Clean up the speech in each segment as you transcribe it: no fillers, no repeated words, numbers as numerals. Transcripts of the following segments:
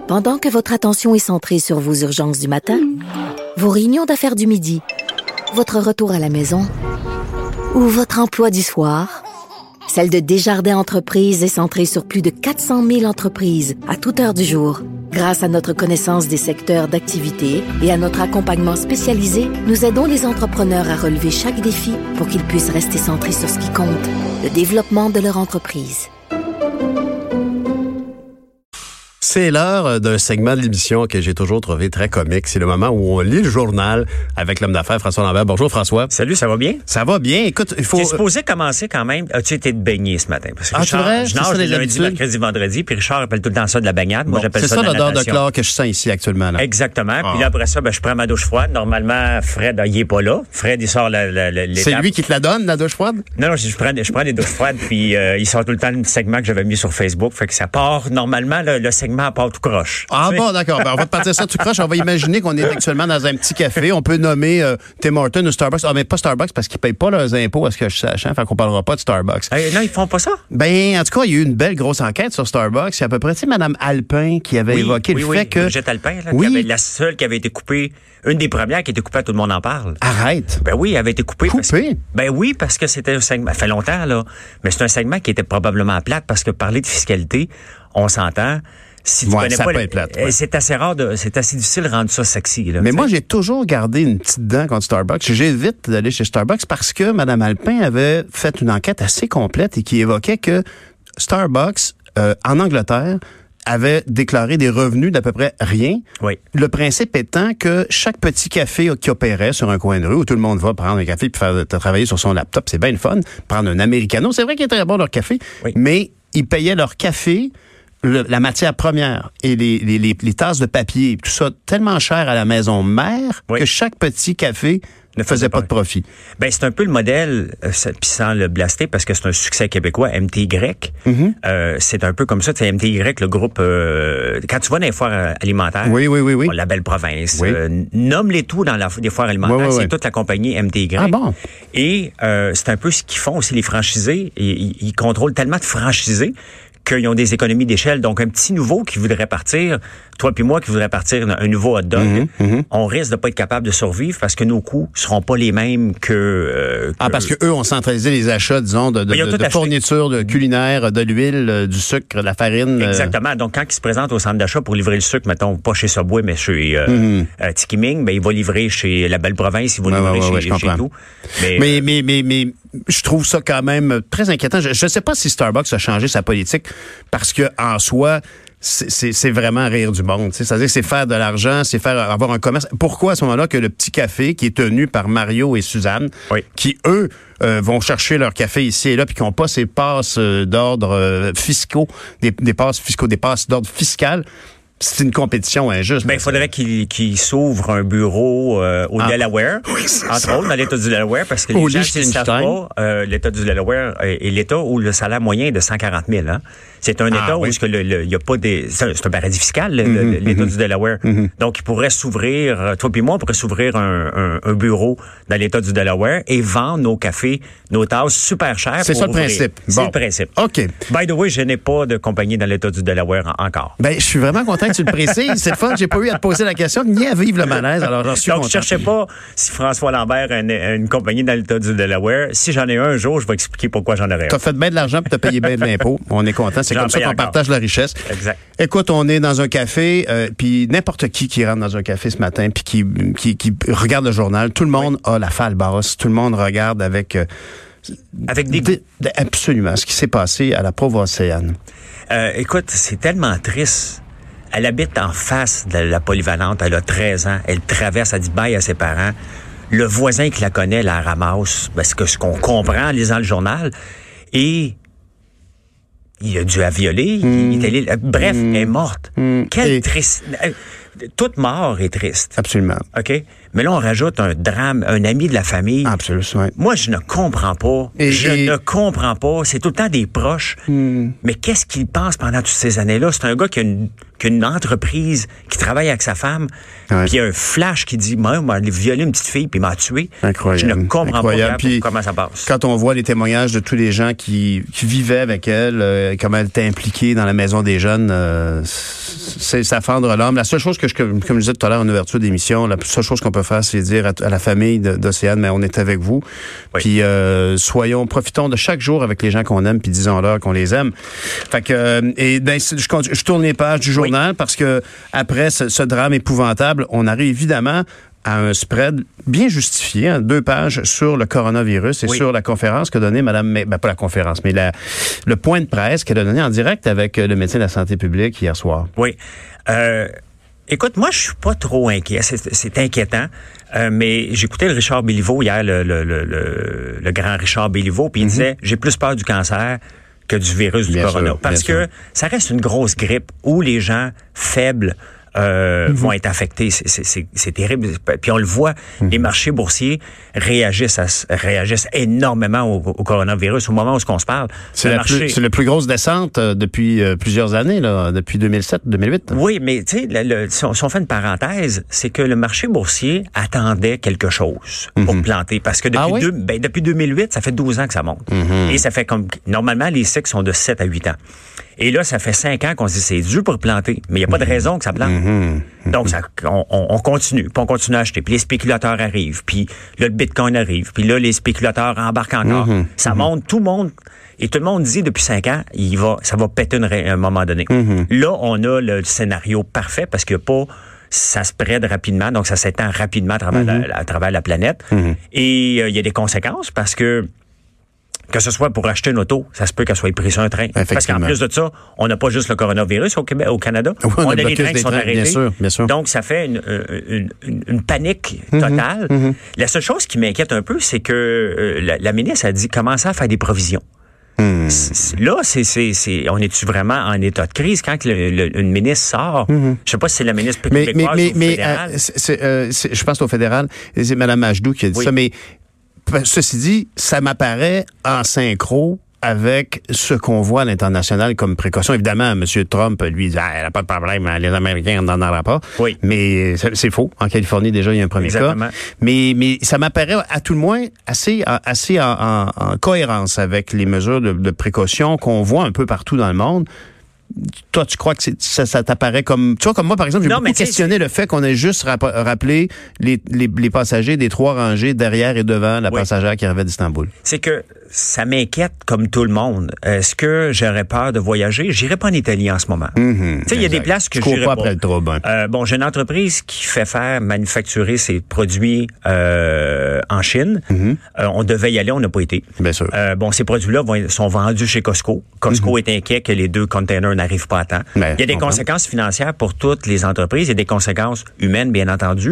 Pendant que votre attention est centrée sur vos urgences du matin, vos réunions d'affaires du midi, votre retour à la maison ou votre emploi du soir, celle de Desjardins Entreprises est centrée sur plus de 400 000 entreprises à toute heure du jour. Grâce à notre connaissance des secteurs d'activité et à notre accompagnement spécialisé, nous aidons les entrepreneurs à relever chaque défi pour qu'ils puissent rester centrés sur ce qui compte, le développement de leur entreprise. C'est l'heure d'un segment de l'émission que j'ai toujours trouvé très comique. C'est le moment où on lit le journal avec l'homme d'affaires François Lambert. Bonjour François. Salut, ça va bien? Ça va bien. Écoute, il faut... T'es supposé commencer quand même. As-tu été de baigner ce matin? Parce que Richard, je nage le lundi, mercredi, vendredi, puis Richard appelle tout le temps ça de la baignade. Moi, j'appelle ça de la natation. C'est ça l'odeur de chlore que je sens ici actuellement. Là. Exactement. Puis là, après ça, je prends ma douche froide. Normalement, Fred, il est pas là. Fred, il sort l'étape. C'est lui qui te la donne, la douche froide? Non, je prends des douches froides, puis il sort tout le temps le segment que j'avais mis sur Facebook. Fait que ça part, normalement, le segment part tout croche. Ah bon, d'accord. Ben, on va te partir ça tout croche. On va imaginer qu'on est actuellement dans un petit café. On peut nommer Tim Hortons ou Starbucks. Ah, mais pas Starbucks parce qu'ils payent pas leurs impôts, à ce que je sache. Fait qu'on parlera pas de Starbucks. Non, ils font pas ça? Ben, en tout cas, il y a eu une belle grosse enquête sur Starbucks. C'est à peu près, tu sais, Mme Alpin qui avait évoqué le fait que... Brigitte Alpin, là, qui avait la seule qui avait été coupée, une des premières qui a été coupée, tout le monde en parle. Arrête. Ben oui, elle avait été coupée. Coupée? Ben oui, parce que c'était un segment, ça fait longtemps, là, mais c'est un segment qui était probablement plate parce que parler de fiscalité, on s'entend... Si tu connais ça pas, peut être plate. Ouais. C'est assez difficile de rendre ça sexy. Là, mais moi, j'ai toujours gardé une petite dent contre Starbucks. J'évite d'aller chez Starbucks parce que Mme Alpin avait fait une enquête assez complète et qui évoquait que Starbucks, en Angleterre, avait déclaré des revenus d'à peu près rien. Oui. Le principe étant que chaque petit café qui opérait sur un coin de rue où tout le monde va prendre un café puis faire travailler sur son laptop, c'est bien le fun. Prendre un Americano, c'est vrai qu'il est très bon leur café, mais ils payaient leur café, la matière première et les tasses de papier, tout ça, tellement cher à la maison mère que chaque petit café ne faisait pas de profit. Ben c'est un peu le modèle, puis sans le blaster, parce que c'est un succès québécois, MTY. C'est un peu comme ça, c'est MTY, le groupe... quand tu vas dans les foires alimentaires, oui. La Belle Province, nomme-les tout dans les foires alimentaires, c'est toute la compagnie MTY. Ah bon? Et c'est un peu ce qu'ils font aussi, les franchisés. Ils contrôlent tellement de franchisés qu'ils ont des économies d'échelle. Donc, un petit nouveau qui voudrait partir, toi puis moi qui voudrait partir un nouveau hot dog, on risque de pas être capable de survivre parce que nos coûts seront pas les mêmes que... parce que eux ont centralisé les achats, disons, de fournitures de culinaires, de l'huile, du sucre, de la farine. Exactement. Donc, quand ils se présentent au centre d'achat pour livrer le sucre, mettons, pas chez Subway, mais chez Tikiming, ben, il va livrer chez La Belle Province, il va livrer chez tout. Mais je trouve ça quand même très inquiétant. Je ne sais pas si Starbucks a changé sa politique parce que en soi, c'est vraiment rire du monde. C'est-à-dire que c'est faire de l'argent, c'est avoir un commerce. Pourquoi à ce moment-là que le petit café qui est tenu par Mario et Suzanne, qui eux vont chercher leur café ici et là, puis qui n'ont pas ces passes d'ordre fiscaux, des passes d'ordre fiscal, c'est une compétition injuste. Ben, il faudrait qu'il s'ouvre un bureau au Delaware, entre autres, dans l'État du Delaware, parce que les gens qui ne savent pas, l'État du Delaware est l'État où le salaire moyen est de 140 000. Hein. C'est un État où il y a pas c'est un paradis fiscal, l'État du Delaware. Donc, il pourrait s'ouvrir, toi puis moi, on pourrait s'ouvrir un bureau dans l'État du Delaware et vendre nos cafés, nos tasses super chères. C'est ça le principe. C'est le principe. OK. By the way, je n'ai pas de compagnie dans l'État du Delaware encore. Ben, je suis vraiment content que tu le précises. C'est le fun. J'ai pas eu à te poser la question ni à vivre le malaise. Alors, j'en suis content. Donc, je cherchais pas si François Lambert a une compagnie dans l'État du Delaware. Si j'en ai un jour, je vais expliquer pourquoi j'en aurais un. T'as fait bien de l'argent puis t'as payé bien de l'impôt. On est content. C'est comme ça qu'on partage la richesse. Exact. Écoute, on est dans un café, puis n'importe qui rentre dans un café ce matin puis qui regarde le journal, tout le monde a la falle basse. Tout le monde regarde avec des absolument ce qui s'est passé à la pauvre Océane. Écoute, c'est tellement triste. Elle habite en face de la polyvalente. Elle a 13 ans. Elle traverse, elle dit bye à ses parents. Le voisin qui la connaît la ramasse. Parce que ce qu'on comprend en lisant le journal. Et il a dû la violer. Bref, elle est morte. Quelle triste... Toute mort est triste. Absolument. OK? Mais là, on rajoute un drame, un ami de la famille. Absolument. Ouais. Moi, je ne comprends pas. Ne comprends pas. C'est tout le temps des proches. Mais qu'est-ce qu'il pense pendant toutes ces années-là? C'est un gars qui a une entreprise, qui travaille avec sa femme, puis il y a un flash qui dit, moi, il m'a violé une petite fille, puis il m'a tué. Incroyable. Je ne comprends pas puis, comment ça passe. Quand on voit les témoignages de tous les gens qui vivaient avec elle, comment elle était impliquée dans la maison des jeunes, c'est ça fendre l'âme. La seule chose comme je disais tout à l'heure en ouverture d'émission, la seule chose qu'on peut faire, c'est dire à la famille d'Océane, mais on est avec vous. Oui. Puis profitons de chaque jour avec les gens qu'on aime, puis disons-leur qu'on les aime. Fait que je tourne les pages du journal parce que après ce drame épouvantable, on arrive évidemment à un spread bien justifié, 2 pages sur le coronavirus et sur la conférence qu'a donnée Mme... pas la conférence, mais le point de presse qu'elle a donné en direct avec le médecin de la santé publique hier soir. Oui. Écoute, moi, je suis pas trop inquiet. C'est inquiétant. Mais j'écoutais le Richard Béliveau hier, le grand Richard Béliveau, puis il disait, j'ai plus peur du cancer que du virus du corona. Parce que ça reste une grosse grippe où les gens faibles vont être affectés. C'est terrible. Puis on le voit, les marchés boursiers réagissent énormément au coronavirus au moment où on se parle. C'est la plus grosse descente depuis plusieurs années, là, depuis 2007-2008. Oui, mais tu sais, si on fait une parenthèse, c'est que le marché boursier attendait quelque chose pour planter. Parce que depuis 2008, ça fait 12 ans que ça monte. Et ça fait comme... Normalement, les cycles sont de 7 à 8 ans. Et là, ça fait 5 ans qu'on se dit c'est dû pour planter, mais il n'y a pas de raison que ça plante. Donc, on continue, puis on continue à acheter. Puis les spéculateurs arrivent, puis là, le Bitcoin arrive, puis là, les spéculateurs embarquent encore. Ça monte, tout le monde... Et tout le monde dit depuis 5 ans, ça va péter à un moment donné. Là, on a le scénario parfait parce qu'il n'y a pas... Ça se spread rapidement, donc ça s'étend rapidement à travers la planète. Et il y a des conséquences parce que ce soit pour acheter une auto, ça se peut qu'elle soit prise sur un train. Parce qu'en plus de ça, on n'a pas juste le coronavirus au Canada. Oui, on a les trains qui sont arrêtés. Bien sûr. Donc, ça fait une panique totale. La seule chose qui m'inquiète un peu, c'est que la ministre a dit commencer à faire des provisions. Là, on est-tu vraiment en état de crise quand une ministre sort? Je sais pas si c'est la ministre québécoise ou fédérale. Je pense au fédéral. C'est Mme Ajdou qui a dit ça, mais ceci dit, ça m'apparaît en synchro avec ce qu'on voit à l'international comme précaution. Évidemment, M. Trump, lui, dit elle n'a pas de problème, les Américains n'en auraient pas. Oui. Mais c'est faux. En Californie, déjà, il y a un premier cas. Mais ça m'apparaît, à tout le moins, assez en cohérence avec les mesures de précaution qu'on voit un peu partout dans le monde. Toi, tu crois que ça t'apparaît comme... Tu vois, comme moi, par exemple, j'ai beaucoup questionné le fait qu'on ait juste rappelé les passagers des 3 rangées derrière et devant la passagère qui arrivait d'Istanbul. C'est que ça m'inquiète comme tout le monde. Est-ce que j'aurais peur de voyager? J'irai pas en Italie en ce moment. Tu sais, il y a des places que j'irai pas. Après le trouble. J'ai une entreprise qui fait manufacturer ses produits en Chine. On devait y aller, on n'a pas été. Bien sûr. Ces produits-là sont vendus chez Costco. Costco est inquiet que les 2 containers n'arrivent pas à temps. Il y a des conséquences financières pour toutes les entreprises. Il y a des conséquences humaines, bien entendu.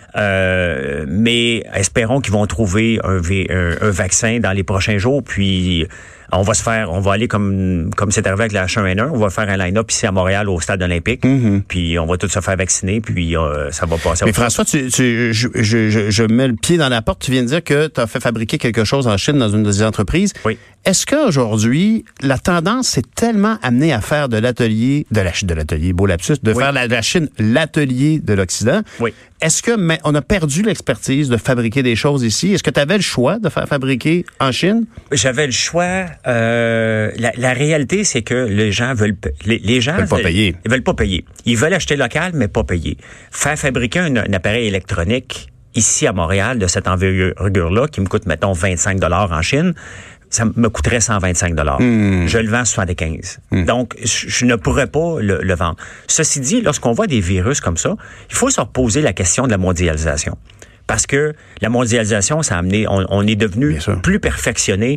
Mais espérons qu'ils vont trouver un vaccin dans les prochains jours. Puis on va aller comme c'est arrivé avec la H1N1, on va faire un line-up ici à Montréal au stade olympique. Puis on va tous se faire vacciner. Puis ça va passer. Mais François, je mets le pied dans la porte. Tu viens de dire que tu as fait fabriquer quelque chose en Chine dans une des entreprises. Oui. Est-ce qu'aujourd'hui, la tendance s'est tellement amenée à faire de l'atelier, beau lapsus, faire de la Chine l'atelier de l'Occident? Oui. Est-ce que on a perdu l'expertise de fabriquer des choses ici? Est-ce que tu avais le choix de faire fabriquer en Chine? J'avais le choix. La réalité, c'est que les gens veulent pas payer. Ils veulent pas payer. Ils veulent acheter local, mais pas payer. Faire fabriquer un appareil électronique ici à Montréal de cette envergure-là, qui me coûte, mettons, 25 $ en Chine, ça me coûterait 125 $. Je le vends à 75. Donc, je ne pourrais pas le vendre. Ceci dit, lorsqu'on voit des virus comme ça, il faut se reposer la question de la mondialisation. Parce que la mondialisation, ça a amené, on est devenu plus perfectionné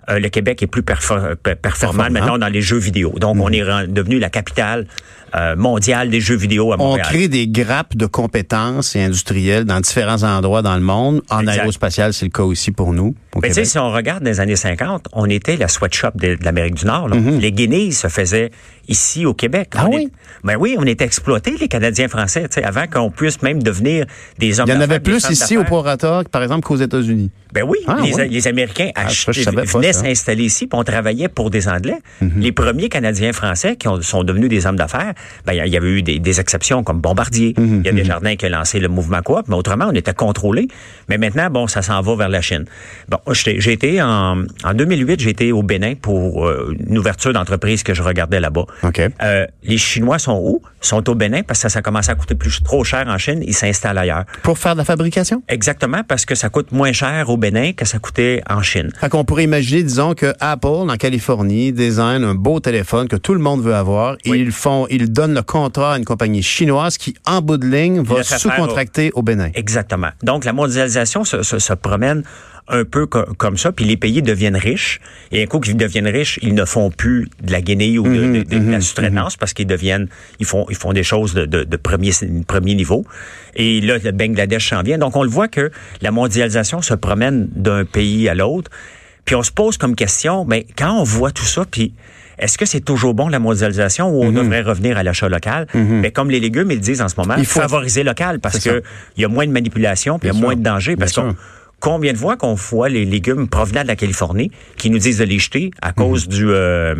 le Québec est plus performant maintenant dans les jeux vidéo. Donc, on est devenu la capitale mondiale des jeux vidéo à Montréal. On crée des grappes de compétences et industrielles dans différents endroits dans le monde. En aérospatial, c'est le cas aussi pour nous. Mais tu sais, si on regarde dans les années 50, on était la sweatshop de l'Amérique du Nord. Les Guinées se faisaient ici au Québec. Ben oui, on était exploités, les Canadiens français, avant qu'on puisse même devenir des hommes d'affaires. Il y en avait plus ici au prorata, par exemple, qu'aux États-Unis. Ben oui, les Américains venaient s'installer ici, puis on travaillait pour des Anglais. Les premiers Canadiens français qui sont devenus des hommes d'affaires, ben il y avait eu des exceptions comme Bombardier. Il y a Desjardins qui a lancé le mouvement coop, mais autrement, on était contrôlés. Mais maintenant, bon, ça s'en va vers la Chine. Bon, j'ai été en 2008, j'ai été au Bénin pour une ouverture d'entreprise que je regardais là-bas. Okay. Les Chinois sont où? Sont au Bénin parce que ça commence à coûter trop cher en Chine. Ils s'installent ailleurs. Pour faire de la fabrication? Exactement, parce que ça coûte moins cher au Bénin que ça coûtait en Chine. Fait qu'on pourrait imaginer, disons, que Apple, en Californie, design un beau téléphone que tout le monde veut avoir et ils donnent le contrat à une compagnie chinoise qui, en bout de ligne, va sous-contracter au Bénin. Exactement. Donc, la mondialisation se promène un peu comme ça, puis les pays deviennent riches, et un coup qu'ils deviennent riches, ils ne font plus de la guenille ou de la sous-traitance, parce ils font des choses de premier niveau. Et là, le Bangladesh s'en vient. Donc, on le voit que la mondialisation se promène d'un pays à l'autre, puis on se pose comme question, ben, quand on voit tout ça, puis est-ce que c'est toujours bon, la mondialisation, ou on devrait revenir à l'achat local? Mais comme les légumes, ils disent en ce moment, il faut favoriser local, parce que il y a moins de manipulation, puis il y a moins de danger, parce qu'on combien de fois qu'on voit les légumes provenant de la Californie qui nous disent de les jeter à cause du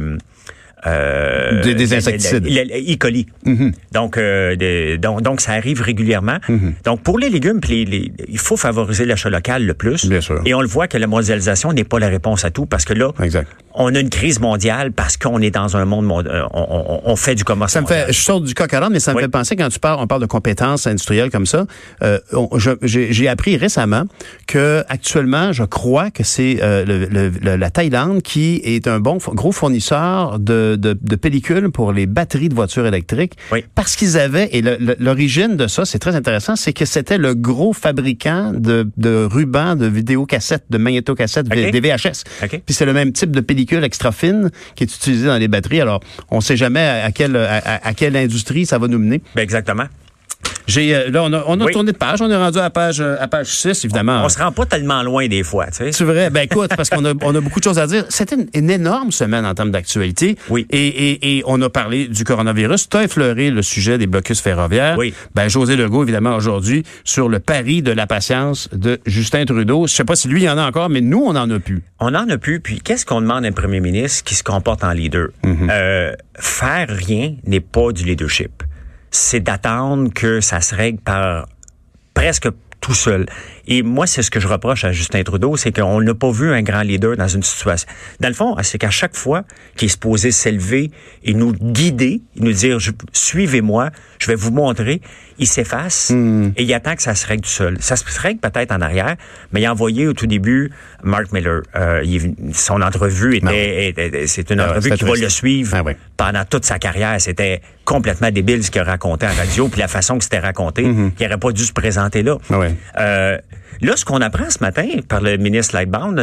des insecticides. E. coli. Donc ça arrive régulièrement. Donc, pour les légumes, il faut favoriser l'achat local le plus. Bien sûr. Et on le voit que la mondialisation n'est pas la réponse à tout, parce que là, on a une crise mondiale parce qu'on est dans un monde on fait du commerce mondial. Je sors du coq à l'âne, mais ça me fait penser, quand on parle de compétences industrielles comme ça, j'ai appris récemment que actuellement, je crois que c'est la Thaïlande qui est un gros fournisseur de pellicules pour les batteries de voitures électriques. Parce qu'ils avaient, et l'origine de ça, c'est très intéressant, c'est que c'était le gros fabricant de rubans, de vidéocassettes, de magnétocassettes, des VHS. Puis c'est le même type de pellicule extra fine qui est utilisée dans les batteries. Alors, on ne sait jamais à quelle industrie ça va nous mener. Ben exactement. Là, on a tourné de page. On est rendu à page 6, évidemment. On se rend pas tellement loin des fois, tu sais. C'est vrai. Ben écoute, parce qu'on a beaucoup de choses à dire. C'était une énorme semaine en termes d'actualité. Et on a parlé du coronavirus. Tu as effleuré le sujet des blocus ferroviaires. Ben José Legault, évidemment, aujourd'hui, sur le pari de la patience de Justin Trudeau. Je sais pas si lui, il y en a encore, mais nous, on en a plus. On en a plus. Puis qu'est-ce qu'on demande à un premier ministre qui se comporte en leader? Faire rien n'est pas du leadership. C'est d'attendre que ça se règle par presque tout seul. Et moi, c'est ce que je reproche à Justin Trudeau, c'est qu'on n'a pas vu un grand leader dans une situation. Dans le fond, c'est qu'à chaque fois qu'il est supposé s'élever et nous guider, nous dire « Suivez-moi, je vais vous montrer », il s'efface et il attend que ça se règle tout seul. Ça se règle peut-être en arrière, mais il a envoyé au tout début Mark Miller. Son entrevue c'est une entrevue qui va le suivre pendant toute sa carrière. C'était complètement débile ce qu'il a raconté en radio, puis la façon que c'était raconté. Il n'aurait pas dû se présenter là. Là, ce qu'on apprend ce matin par le ministre Lightbound,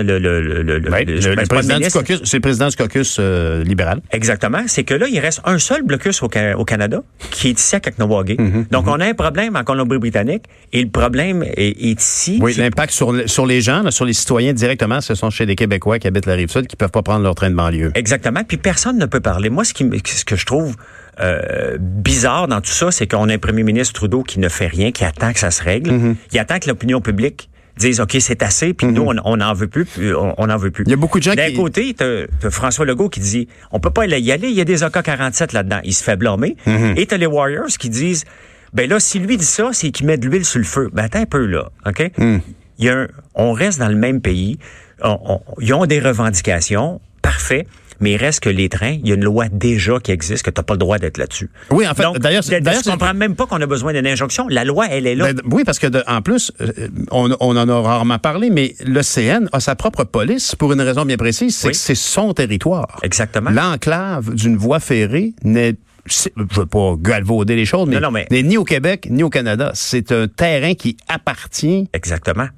le président du caucus, c'est le président du caucus libéral. Exactement. C'est que là, il reste un seul blocus au Canada, qui est ici à Kahnawake. Donc, on a un problème en Colombie-Britannique, et le problème est ici. Oui, l'impact sur les gens, sur les citoyens directement, ce sont chez les Québécois qui habitent la Rive-Sud, qui peuvent pas prendre leur train de banlieue. Exactement. Puis personne ne peut parler. Moi, ce que je trouve bizarre dans tout ça, c'est qu'on a un premier ministre Trudeau qui ne fait rien, qui attend que ça se règle. Il attend que l'opinion publique dise OK, c'est assez, puis nous on n'en veut plus, on n'en veut plus. Il y a beaucoup de gens d'un côté, t'as François Legault qui dit on peut pas y aller, il y a des AK-47 là-dedans, il se fait blâmer. Et t'as les Warriors qui disent ben là, si lui dit ça, c'est qu'il met de l'huile sur le feu. Ben attends un peu là, OK? On reste dans le même pays, ils ont des revendications, parfait. Mais il reste que les trains, il y a une loi déjà qui existe, que tu n'as pas le droit d'être là-dessus. Oui, en fait, donc, d'ailleurs, je comprends même pas qu'on a besoin d'une injonction. La loi, elle est là. Oui, parce que en plus, on en a rarement parlé, mais le CN a sa propre police pour une raison bien précise, c'est que c'est son territoire. Exactement. L'enclave d'une voie ferrée n'est, je veux pas galvauder les choses, mais n'est ni au Québec ni au Canada. C'est un terrain qui appartient. Exactement.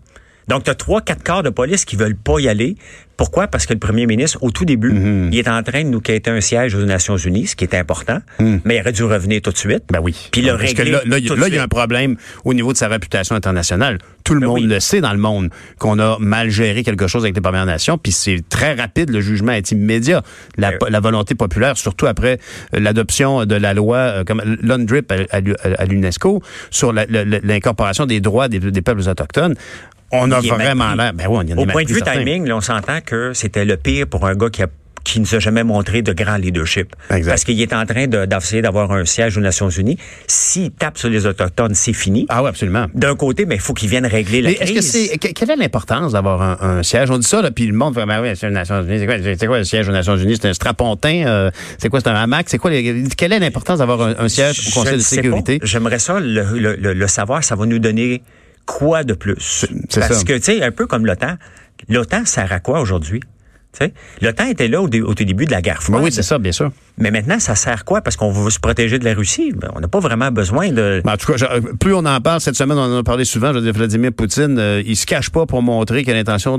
Donc, tu as 3-4 corps de police qui veulent pas y aller. Pourquoi? Parce que le premier ministre, au tout début, il est en train de nous quêter un siège aux Nations Unies, ce qui est important, mais il aurait dû revenir tout de suite. Ben oui. Puis le régler. Parce que là, il y a un problème au niveau de sa réputation internationale. Tout le monde le sait dans le monde qu'on a mal géré quelque chose avec les Premières Nations, puis c'est très rapide, le jugement est immédiat. La volonté populaire, surtout après l'adoption de la loi comme l'UNDRIP à l'UNESCO sur l'incorporation des droits des peuples autochtones. On a vraiment l'air. Ben oui, au point de vue timing, là, on s'entend que c'était le pire pour un gars qui ne s'est jamais montré de grand leadership. Exact. Parce qu'il est en train d'essayer d'avoir un siège aux Nations Unies. S'il tape sur les Autochtones, c'est fini. Ah oui, absolument. D'un côté, il faut qu'il vienne régler la crise. Quelle est l'importance d'avoir un siège? On dit ça, là, puis le monde fait, ben oui, c'est les Nations Unies. C'est quoi le siège aux Nations Unies? C'est un strapontin? C'est quoi? C'est un hamac? C'est quoi? Quelle est l'importance d'avoir un siège au Conseil de sécurité? J'aimerais ça le savoir. Ça va nous donner quoi de plus? Parce que, tu sais, un peu comme l'OTAN sert à quoi aujourd'hui? T'sais, l'OTAN était là au début de la guerre froide. Oui, c'est ça, bien sûr. Mais maintenant, ça sert quoi? Parce qu'on veut se protéger de la Russie. On n'a pas vraiment besoin de... En tout cas, plus on en parle, cette semaine, on en a parlé souvent, je veux dire, Vladimir Poutine, il se cache pas pour montrer qu'il a l'intention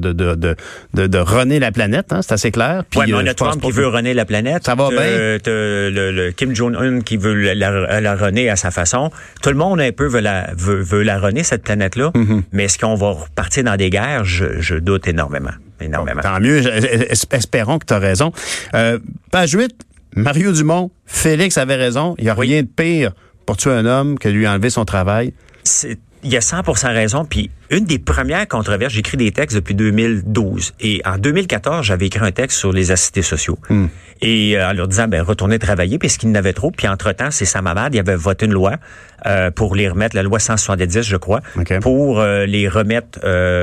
de runner la planète, hein, c'est assez clair. Oui, mais on a Trump qui veut runner la planète. Ça va bien. Le Kim Jong-un qui veut la runner à sa façon. Tout le monde, un peu, veut la runner, cette planète-là. Mm-hmm. Mais est-ce qu'on va repartir dans des guerres? Je doute énormément. Bon, tant mieux. Espérons que tu as raison. Page 8, Mario Dumont, Félix avait raison. Il n'y a rien de pire pour tuer un homme que lui enlever son travail. Il y a 100% raison. Puis une des premières controverses, j'écris des textes depuis 2012. Et en 2014, j'avais écrit un texte sur les assistés sociaux. Et en leur disant, retournez travailler, parce qu'ils n'avaient trop. Puis entre-temps, c'est Sam Hamad, il avait voté une loi pour les remettre, la loi 170, je crois, pour les remettre,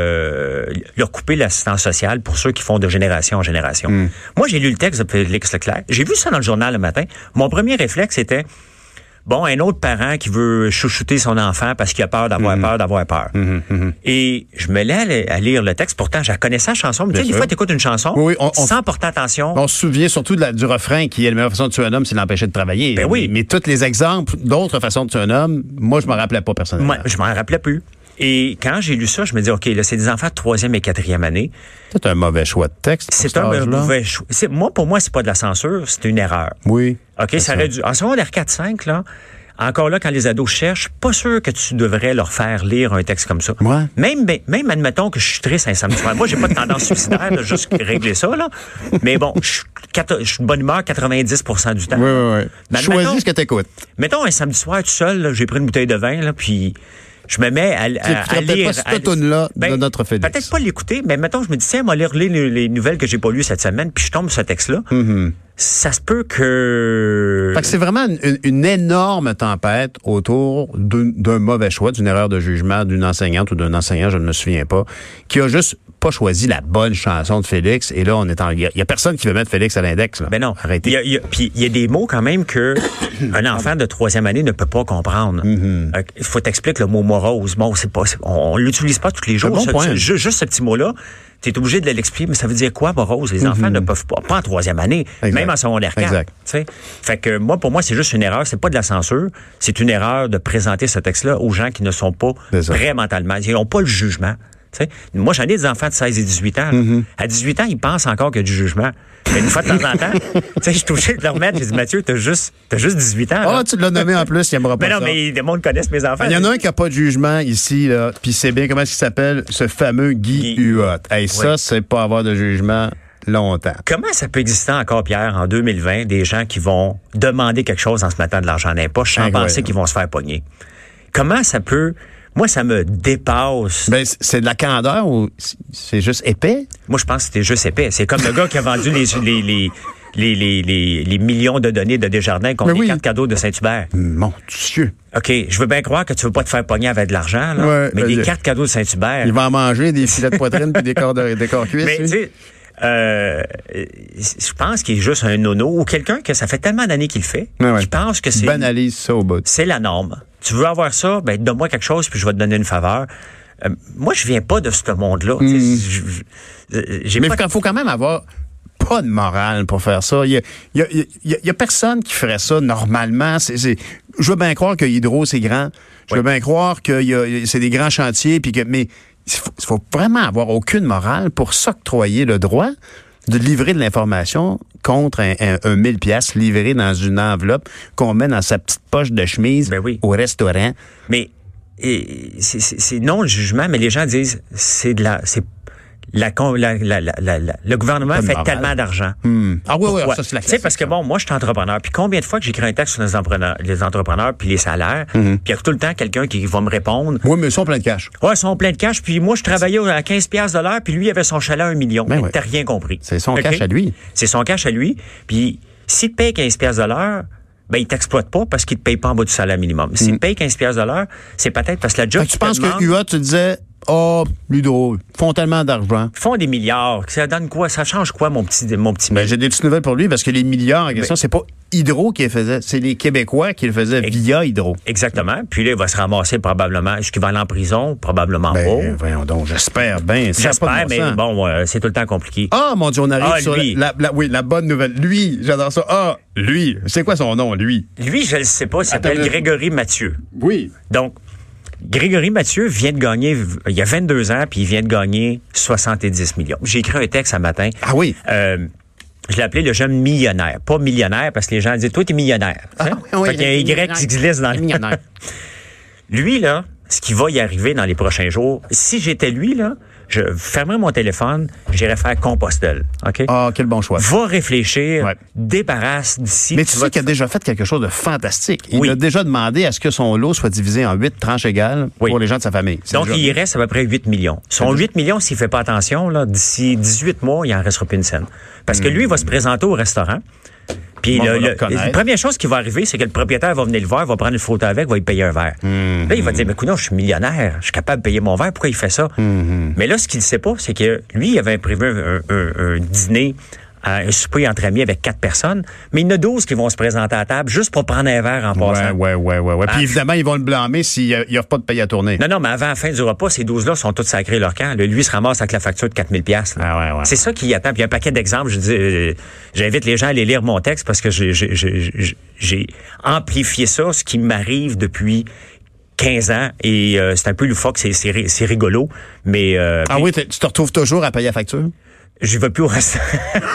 leur couper l'assistance sociale pour ceux qui font de génération en génération. Moi, j'ai lu le texte de Félix Leclerc. J'ai vu ça dans le journal le matin. Mon premier réflexe était... Bon, un autre parent qui veut chouchouter son enfant parce qu'il a peur d'avoir peur. Et je me mets à lire le texte. Pourtant, je connaissais la chanson. Mais tu sais, des fois, tu écoutes une chanson sans porter attention. On se souvient surtout du refrain qui est la meilleure façon de tuer un homme, c'est l'empêcher de travailler. Ben oui. Mais tous les exemples d'autres façons de tuer un homme, moi, je m'en rappelais pas personnellement. Moi, je m'en rappelais plus. Et quand j'ai lu ça, je me dis, OK, là, c'est des enfants de 3e et 4e année. C'est un mauvais choix de texte. C'est un mauvais choix. Pour moi, c'est pas de la censure, c'est une erreur. Oui. OK, ça aurait dû. En secondaire 4-5, là, encore là, quand les ados cherchent, pas sûr que tu devrais leur faire lire un texte comme ça. Ouais. Même admettons que je suis triste un samedi soir. Moi, j'ai pas de tendance suicidaire de juste régler ça, là. Mais bon, je suis de bonne humeur 90% du temps. Oui. Choisis ce que t'écoutes. Mettons un samedi soir tout seul, là, j'ai pris une bouteille de vin, là, puis je me mets à lire. Pas cette automne-là de notre Félix. Peut-être pas l'écouter, mais mettons, je me dis, tiens, moi, lire les nouvelles que j'ai pas lues cette semaine, puis je tombe sur ce texte-là. Ça se peut que... Fait que c'est vraiment une énorme tempête autour d'un mauvais choix, d'une erreur de jugement d'une enseignante ou d'un enseignant, je ne me souviens pas, qui a juste pas choisi la bonne chanson de Félix. Et là, on est il y a personne qui veut mettre Félix à l'index. Là. Ben non. Arrêtez. Puis il y a des mots quand même que un enfant de 3e année ne peut pas comprendre. Il faut t'expliquer le mot morose. Bon, on l'utilise pas tous les jours. Bon point. Juste ce petit mot-là. Tu es obligé de l'expliquer, mais ça veut dire quoi, morose? Les enfants ne peuvent pas en 3e année, même en secondaire 4. Exact. T'sais? Fait que pour moi, c'est juste une erreur. C'est pas de la censure. C'est une erreur de présenter ce texte-là aux gens qui ne sont pas prêts mentalement. Ils n'ont pas le jugement. T'sais, moi, j'en ai des enfants de 16 et 18 ans. À 18 ans, ils pensent encore qu'il y a du jugement. Mais une fois de temps en temps, je suis touché de leur remettre. J'ai dit, Mathieu, t'as juste 18 ans. Ah, tu l'as nommé en plus, il aimera pas ça. Mais non, mais le monde connaisse mes enfants. Il y en a un qui n'a pas de jugement ici, là, puis c'est bien, comment est-ce qu'il s'appelle? Ce fameux Guy Huot. Hey, ça, c'est pas avoir de jugement longtemps. Comment ça peut exister encore, Pierre, en 2020, des gens qui vont demander quelque chose en se mettant de l'argent dans les poches sans penser qu'ils vont se faire pogner? Comment ça peut... Moi, ça me dépasse. Ben, c'est de la candeur ou c'est juste épais? Moi, je pense que c'était juste épais. C'est comme le gars qui a vendu les millions de données de Desjardins contre les cartes cadeaux de Saint-Hubert. Mon Dieu. OK, je veux bien croire que tu veux pas te faire pogner avec de l'argent, là, mais des cartes cadeaux de Saint-Hubert... Il va en manger des filets de poitrine puis des corps cuisses. Mais tu sais... je pense qu'il est juste un nono ou quelqu'un que ça fait tellement d'années qu'il le fait, qui pense que c'est... Banalise ça au bout. C'est la norme. Tu veux avoir ça, donne-moi quelque chose puis je vais te donner une faveur. Moi, je viens pas de ce monde-là. Mais il faut quand même avoir pas de morale pour faire ça. Il y a personne qui ferait ça normalement. Je veux bien croire que Hydro, c'est grand. Je veux bien croire que c'est des grands chantiers, mais il faut vraiment avoir aucune morale pour s'octroyer le droit de livrer de l'information contre un 1000 pièces livré dans une enveloppe qu'on met dans sa petite poche de chemise au restaurant. Mais c'est non le jugement, mais les gens disent le gouvernement fait tellement d'argent. Ah oui, ça c'est la classique. Parce que moi je suis entrepreneur, puis combien de fois que j'écris un texte sur les entrepreneurs puis les salaires, puis il y a tout le temps quelqu'un qui va me répondre. Oui, mais ils sont pleins de cash. Ouais, ils sont pleins de cash, puis moi je travaillais à 15$ de l'heure, puis lui il avait son chalet à 1 million. T'as rien compris. C'est son cash à lui. C'est son cash à lui, puis s'il te paye 15$ de l'heure, ben il t'exploite pas parce qu'il te paye pas en bas du salaire minimum. S'il te paye 15$ de l'heure, c'est peut-être parce que la job. Tu penses que UA, tu disais, Ludo, ils font tellement d'argent. Ils font des milliards. Ça donne quoi? Ça change quoi, mon petit Ben, j'ai des petites nouvelles pour lui parce que les milliards en question, c'est pas Hydro qui les faisait, c'est les Québécois qui le faisaient via Hydro. Exactement. Puis là, il va se ramasser probablement. Est-ce qu'il va aller en prison? Probablement pas. Voyons donc, j'espère bien. J'espère, mais c'est tout le temps compliqué. Ah, mon Dieu, on arrive sur la bonne nouvelle. Lui, j'adore ça. Lui, c'est quoi son nom, lui? Lui, je ne sais pas, il s'appelle Grégory Mathieu. Oui. Donc, Grégory Mathieu vient de gagner, il y a 22 ans, puis il vient de gagner 70 millions. J'ai écrit un texte ce matin. Ah oui? Je l'ai appelé le jeune millionnaire. Pas millionnaire, parce que les gens disent, toi, t'es millionnaire. Oui, fait qu'il y a un Y qui glisse dans le millionnaire. Lui, là, ce qui va y arriver dans les prochains jours, si j'étais lui, là, je fermerais mon téléphone, j'irais faire Compostelle. OK? Ah, quel bon choix. Va réfléchir, débarrasse d'ici. Mais tu sais qu'il a déjà fait quelque chose de fantastique. Il a déjà demandé à ce que son lot soit divisé en 8 tranches égales pour les gens de sa famille. Donc, il reste à peu près 8 millions. Son 8 millions, s'il fait pas attention, là, d'ici 18 mois, il en restera plus une scène. Parce que lui, il va se présenter au restaurant. Puis la première chose qui va arriver, c'est que le propriétaire va venir le voir, va prendre une photo avec, va lui payer un verre. Là, il va dire, mais écoute, je suis millionnaire, je suis capable de payer mon verre, pourquoi il fait ça? Mais là, ce qu'il ne sait pas, c'est que lui, il avait prévu un dîner, un souper entre amis avec 4 personnes, mais il y en a 12 qui vont se présenter à la table juste pour prendre un verre en passant. Ouais. Puis évidemment, ils vont le blâmer s'il n'y a pas de paye à tourner. Non, mais avant la fin du repas, ces 12-là sont tous sacrés leur camp. Lui, il se ramasse avec la facture de 4000 $. C'est ça qui attend. Puis il y a un paquet d'exemples. Je dis, j'invite les gens à aller lire mon texte parce que j'ai amplifié ça, ce qui m'arrive depuis 15 ans, et c'est un peu loufoque, c'est rigolo, mais... oui, tu te retrouves toujours à payer la facture? Je vais plus au restaurant.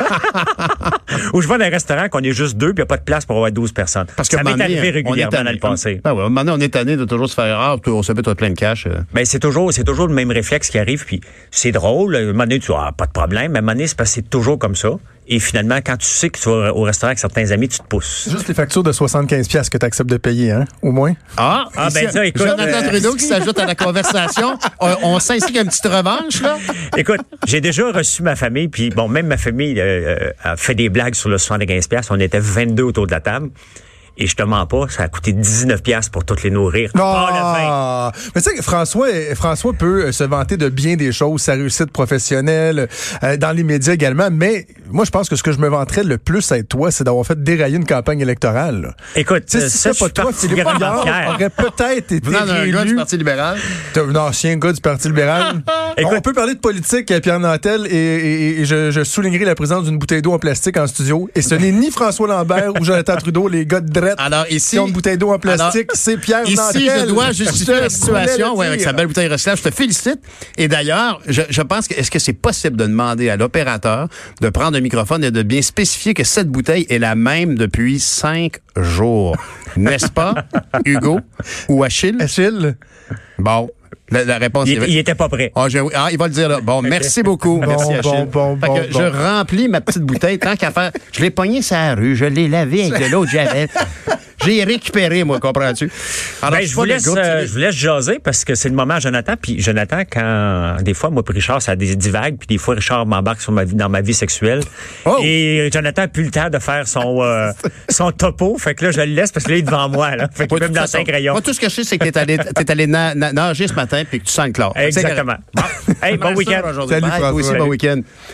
Ou je vais dans un restaurant qu'on est juste 2 puis il n'y a pas de place pour avoir 12 personnes. Parce que ça m'est arrivé régulièrement dans le passé. À un moment donné, on est tanné de toujours se faire on se met plein de cash. Ben, c'est toujours le même réflexe qui arrive, puis c'est drôle. À un moment donné, tu dis, pas de problème. Mais à un moment donné, c'est parce que c'est toujours comme ça. Et finalement, quand tu sais que tu vas au restaurant avec certains amis, tu te pousses. Juste les factures de 75$ que tu acceptes de payer, hein, au moins. Ben ça, écoute. Jonathan Trudeau qui s'ajoute à la conversation. On sent ici qu'il y a une petite revanche, là. Écoute, j'ai déjà reçu ma famille, puis même ma famille a fait des blagues sur le 75$. On était 22 autour de la table. Et je te mens pas, ça a coûté 19$ pour toutes les nourrir. Mais tu sais, François peut se vanter de bien des choses, sa réussite professionnelle, dans les médias également, mais moi, je pense que ce que je me vanterais le plus à être toi, c'est d'avoir fait dérailler une campagne électorale. Là. Écoute, si c'est pas toi, Philippe Couillard aurait peut-être été un gars du Parti libéral. T'es un ancien gars du Parti libéral. Écoute, on peut parler de politique, Pierre Nantel, et je soulignerai la présence d'une bouteille d'eau en plastique en studio, et ce n'est ni François Lambert ou Jonathan Trudeau, les gars de alors ici, qui ont une bouteille d'eau en plastique, c'est Pierre Nantel. Ici, je dois justifier la situation avec sa belle bouteille recyclable. Je te félicite. Et d'ailleurs, je pense que est-ce que c'est possible de demander à l'opérateur de prendre un microphone et de bien spécifier que cette bouteille est la même depuis 5 jours. N'est-ce pas, Hugo ou Achille? Achille. Bon. La réponse il était pas prêt. Il va le dire là. Bon, merci beaucoup. Merci, Achille. Je remplis ma petite bouteille tant qu'à faire. Je l'ai pognée sur la rue, je l'ai lavée avec de l'eau de Javel. J'ai récupéré, moi, comprends-tu? Alors, je vous laisse jaser parce que c'est le moment à Jonathan. Puis Jonathan, quand des fois, moi, puis Richard, ça divague. Puis des fois, Richard m'embarque dans ma vie sexuelle. Et Jonathan n'a plus le temps de faire son topo. Fait que là, je le laisse parce que là, il est devant moi. Là. Fait que même dans 5 rayons. Moi, tout ce que je sais, c'est que t'es allé nager ce matin puis que tu sens le chlore. Exactement. Bon, bon week-end. Salut, François. Aussi, bon week-end.